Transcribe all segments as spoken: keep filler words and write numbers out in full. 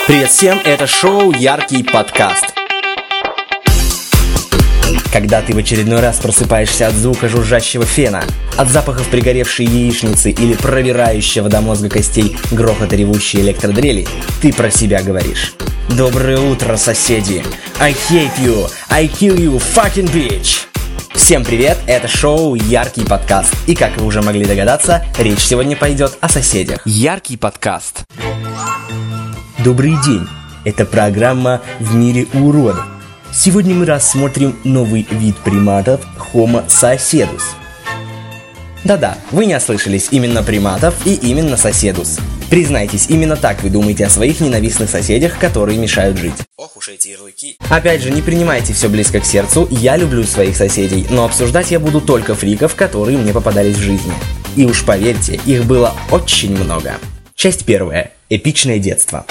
Привет всем, это шоу «Яркий подкаст». Когда ты в очередной раз просыпаешься от звука жужжащего фена, от запахов пригоревшей яичницы или пробирающего до мозга костей грохота ревущей электродрели, ты про себя говоришь: «Доброе утро, соседи! I hate you! I kill you, fucking bitch!» Всем привет, это шоу «Яркий подкаст». И как вы уже могли догадаться, речь сегодня пойдет о соседях. Яркий подкаст. Добрый день, это программа «В мире уродов». Сегодня мы рассмотрим новый вид приматов Homo Sociedus. Да-да, вы не ослышались, именно приматов и именно Sociedus. Признайтесь, именно так вы думаете о своих ненавистных соседях, которые мешают жить. Ох уж эти ярлыки. Опять же, не принимайте все близко к сердцу, я люблю своих соседей, но обсуждать я буду только фриков, которые мне попадались в жизни. И уж поверьте, их было очень много. Часть первая. Эпичное детство.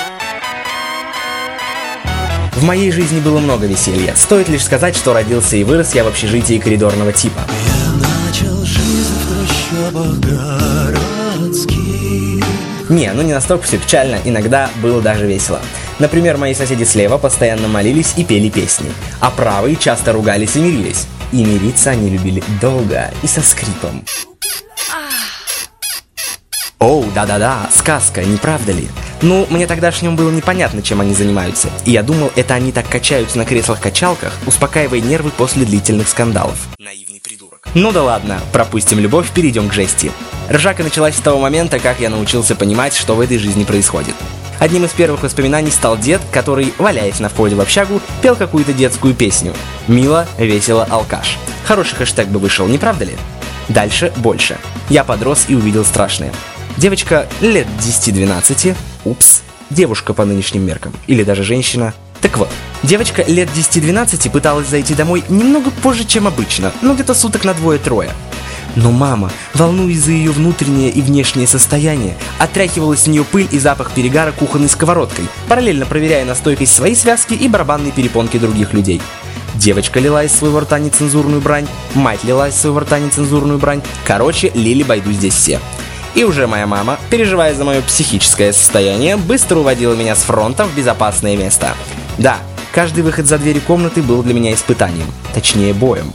В моей жизни было много веселья. Стоит лишь сказать, что родился и вырос я в общежитии коридорного типа. Я начал жизнь в трущобах городских. Не, ну не настолько все печально, иногда было даже весело. Например, мои соседи слева постоянно молились и пели песни, а правые часто ругались и мирились. И мириться они любили долго и со скрипом. Оу, да-да-да, сказка, не правда ли? Ну, мне тогдашним было непонятно, чем они занимаются. И я думал, это они так качаются на креслах-качалках, успокаивая нервы после длительных скандалов. Наивный придурок. Ну да ладно, пропустим любовь, перейдем к жести. Ржака началась с того момента, как я научился понимать, что в этой жизни происходит. Одним из первых воспоминаний стал дед, который, валяясь на входе в общагу, пел какую-то детскую песню. Мило, весело, алкаш. Хороший хэштег бы вышел, не правда ли? Дальше больше. Я подрос и увидел страшное. Девочка лет десяти-двенадцати, упс, девушка по нынешним меркам, или даже женщина. Так вот, девочка лет десяти-двенадцати пыталась зайти домой немного позже, чем обычно, ну где-то суток на двое-трое. Но мама, волнуясь за ее внутреннее и внешнее состояние, отряхивалась с нее пыль и запах перегара кухонной сковородкой, параллельно проверяя на стойкость своей связки и барабанные перепонки других людей. Девочка лила из своего рта нецензурную брань, мать лила из своего рта нецензурную брань, короче, лили байду здесь все. И уже моя мама, переживая за мое психическое состояние, быстро уводила меня с фронта в безопасное место. Да, каждый выход за двери комнаты был для меня испытанием, точнее боем.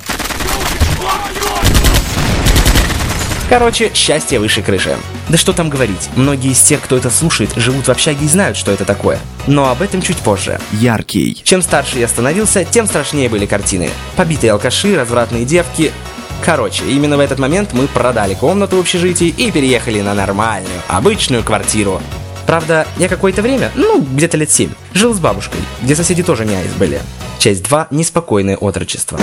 Короче, счастье выше крыши. Да что там говорить, многие из тех, кто это слушает, живут в общаге и знают, что это такое. Но об этом чуть позже. Яркий. Чем старше я становился, тем страшнее были картины. Побитые алкаши, развратные девки. Короче, именно в этот момент мы продали комнату в общежитии и переехали на нормальную, обычную квартиру. Правда, я какое-то время, ну, где-то лет семь, жил с бабушкой, где соседи тоже не айс были. Часть два. Неспокойное отрочество.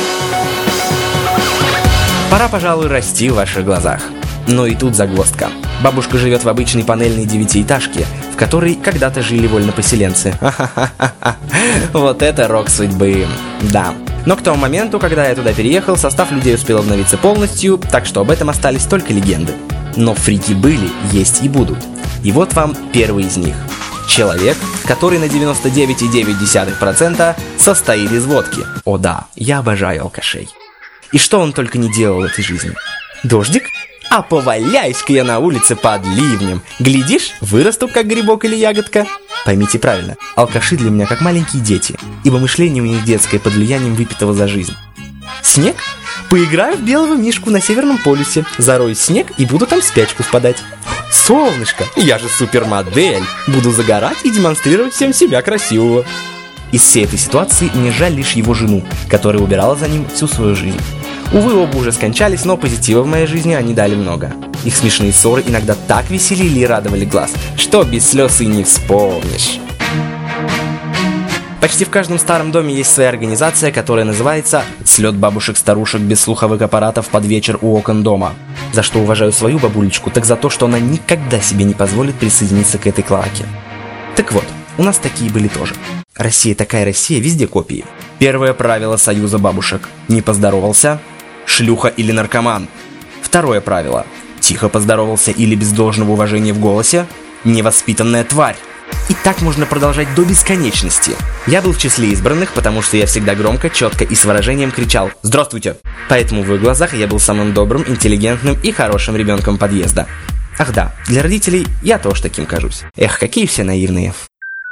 Пора, пожалуй, расти в ваших глазах. Но и тут загвоздка. Бабушка живет в обычной панельной девятиэтажке, в которой когда-то жили вольнопоселенцы. Ха-ха-ха-ха. Вот это рок судьбы. Да. Но к тому моменту, когда я туда переехал, состав людей успел обновиться полностью, так что об этом остались только легенды. Но фрики были, есть и будут. И вот вам первый из них. Человек, который на девяносто девять целых девять десятых процента состоит из водки. О да, я обожаю алкашей. И что он только не делал в этой жизни. Дождик? А поваляюсь-ка я на улице под ливнем. Глядишь, вырасту как грибок или ягодка. Поймите правильно, алкаши для меня как маленькие дети, ибо мышление у них детское под влиянием выпитого за жизнь. Снег? Поиграю в белого мишку на Северном полюсе, зароюсь в снег и буду там в спячку впадать. Солнышко, я же супермодель, буду загорать и демонстрировать всем себя красивого. Из всей этой ситуации мне жаль лишь его жену, которая убирала за ним всю свою жизнь. Увы, оба уже скончались, но позитива в моей жизни они дали много. Их смешные ссоры иногда так веселили и радовали глаз, что без слез и не вспомнишь. Почти в каждом старом доме есть своя организация, которая называется «Слет бабушек-старушек без слуховых аппаратов под вечер у окон дома». За что уважаю свою бабулечку, так за то, что она никогда себе не позволит присоединиться к этой клоаке. Так вот, у нас такие были тоже. Россия такая Россия, везде копии. Первое правило союза бабушек. Не поздоровался – шлюха или наркоман. Второе правило. Тихо поздоровался или без должного уважения в голосе – невоспитанная тварь. И так можно продолжать до бесконечности. Я был в числе избранных, потому что я всегда громко, четко и с выражением кричал «Здравствуйте!». Поэтому в их глазах я был самым добрым, интеллигентным и хорошим ребенком подъезда. Ах да, для родителей я тоже таким кажусь. Эх, какие все наивные.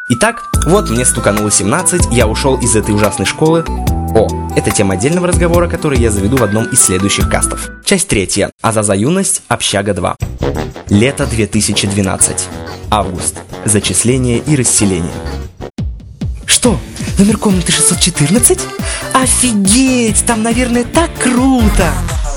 Итак, вот мне стукануло семнадцать, я ушел из этой ужасной школы. О, это тема отдельного разговора, который я заведу в одном из следующих кастов. Часть третья. Азаза юность. Общага два. Лето две тысячи двенадцать. Август. Зачисление и расселение. Что? Номер комнаты шестьсот четырнадцать? Офигеть! Там, наверное, так круто!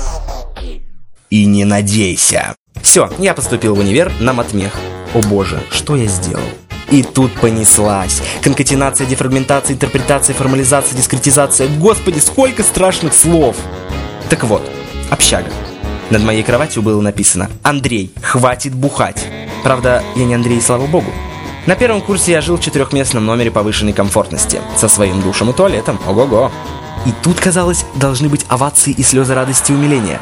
И не надейся. Все, я поступил в универ на матмех. О боже, что я сделал? И тут понеслась. Конкатенация, дефрагментация, интерпретация, формализация, дискретизация. Господи, сколько страшных слов! Так вот, общага. Над моей кроватью было написано: «Андрей, хватит бухать». Правда, я не Андрей, слава богу. На первом курсе я жил в четырехместном номере повышенной комфортности, со своим душем и туалетом. Ого-го. И тут, казалось, должны быть овации и слезы радости и умиления.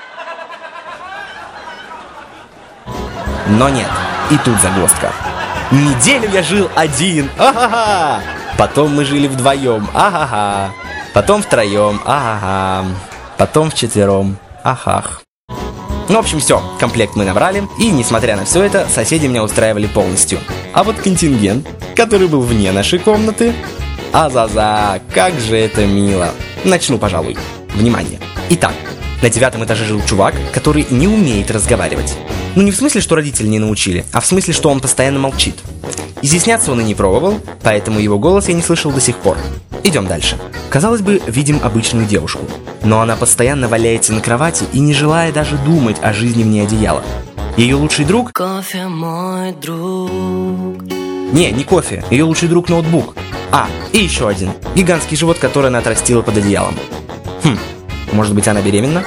Но нет. И тут загвоздка. Неделю я жил один. А-ха-ха. Потом мы жили вдвоем. А-ха-ха. Потом втроем. А-ха-ха. Потом вчетвером. Ахах. Ну, в общем, все, комплект мы набрали, и, несмотря на все это, соседи меня устраивали полностью. А вот контингент, который был вне нашей комнаты, азаза, как же это мило. Начну, пожалуй. Внимание. Итак, на девятом этаже жил чувак, который не умеет разговаривать. Ну, не в смысле, что родители не научили, а в смысле, что он постоянно молчит. Изъясняться он и не пробовал, поэтому его голос я не слышал до сих пор. Идем дальше. Казалось бы, видим обычную девушку, но она постоянно валяется на кровати и не желая даже думать о жизни вне одеяла. Ее лучший друг... Кофе, мой друг. Не, не кофе, ее лучший друг ноутбук. А, и еще один. Гигантский живот, который она отрастила под одеялом. Хм, может быть, она беременна?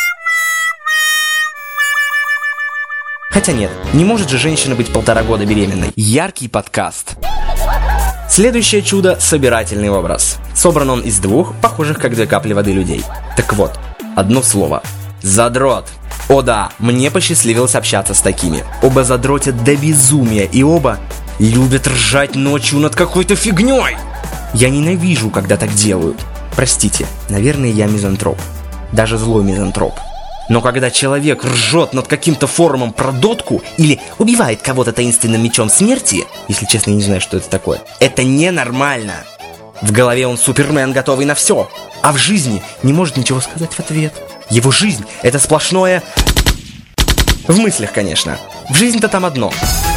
Хотя нет, не может же женщина быть полтора года беременной. Яркий подкаст. Следующее чудо – собирательный образ. Собран он из двух, похожих как две капли воды людей. Так вот, одно слово. Задрот. О да, мне посчастливилось общаться с такими. Оба задротят до безумия, и оба любят ржать ночью над какой-то фигней. Я ненавижу, когда так делают. Простите, наверное, я мизантроп. Даже злой мизантроп. Но когда человек ржет над каким-то форумом про дотку или убивает кого-то таинственным мечом смерти, если честно, я не знаю, что это такое, это ненормально. В голове он супермен, готовый на все, а в жизни не может ничего сказать в ответ. Его жизнь — это сплошное... В мыслях, конечно. В жизни-то там одно.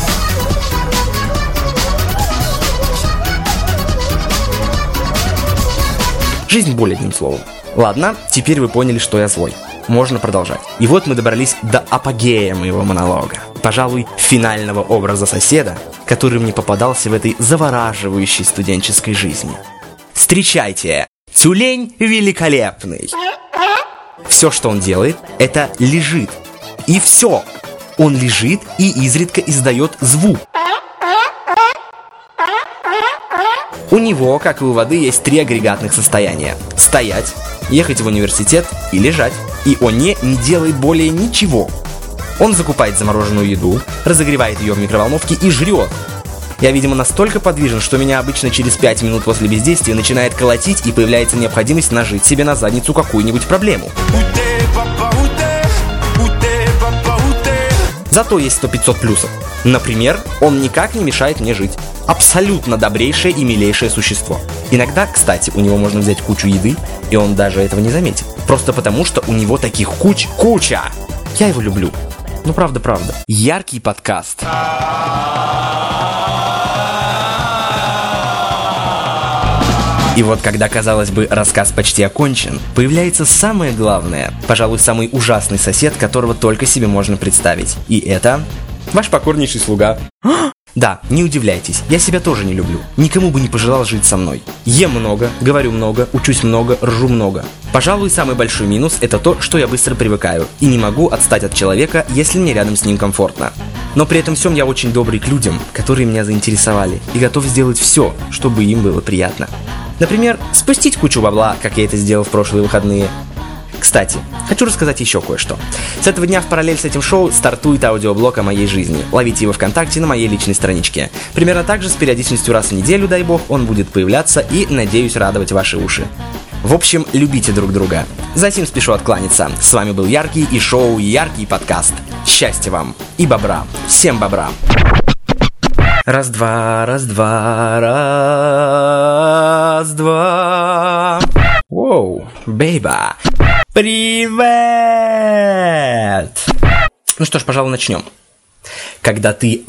Жизнь более одним словом. Ладно, теперь вы поняли, что я злой. Можно продолжать. И вот мы добрались до апогея моего монолога. Пожалуй, финального образа соседа, который мне попадался в этой завораживающей студенческой жизни. Встречайте, тюлень великолепный. Все, что он делает, это лежит. И все. Он лежит и изредка издает звук. У него, как и у воды, есть три агрегатных состояния. Стоять, ехать в университет и лежать. И он не, не делает более ничего. Он закупает замороженную еду, разогревает ее в микроволновке и жрет. Я, видимо, настолько подвижен, что меня обычно через пять минут после бездействия начинает колотить и появляется необходимость нажить себе на задницу какую-нибудь проблему. Зато есть сто пятьсот плюсов. Например, он никак не мешает мне жить. Абсолютно добрейшее и милейшее существо. Иногда, кстати, у него можно взять кучу еды, и он даже этого не заметит. Просто потому, что у него таких куч куча. Я его люблю. Ну, правда-правда. Яркий подкаст. И вот когда, казалось бы, рассказ почти окончен, появляется самое главное, пожалуй, самый ужасный сосед, которого только себе можно представить. И это ваш покорнейший слуга. Да, не удивляйтесь, я себя тоже не люблю. Никому бы не пожелал жить со мной. Ем много, говорю много, учусь много, ржу много. Пожалуй, самый большой минус — это то, что я быстро привыкаю и не могу отстать от человека, если мне рядом с ним комфортно. Но при этом всем я очень добрый к людям, которые меня заинтересовали, и готов сделать все, чтобы им было приятно. Например, спустить кучу бабла, как я это сделал в прошлые выходные. Кстати, хочу рассказать еще кое-что. С этого дня в параллель с этим шоу стартует аудиоблог о моей жизни. Ловите его ВКонтакте на моей личной страничке. Примерно так же, с периодичностью раз в неделю, дай бог, он будет появляться и, надеюсь, радовать ваши уши. В общем, любите друг друга. Затем спешу откланяться. С вами был Яркий и шоу «Яркий подкаст». Счастья вам и бобра. Всем бобра. Раз-два, раз-два, раз-два. Воу, бейба. Привет! Ну что ж, пожалуй, начнем. Когда ты...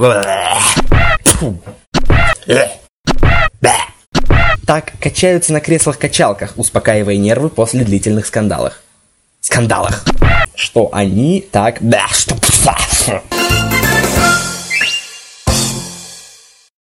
так качаются на креслах-качалках, успокаивая нервы после длительных скандалов. Скандалах. Что они так...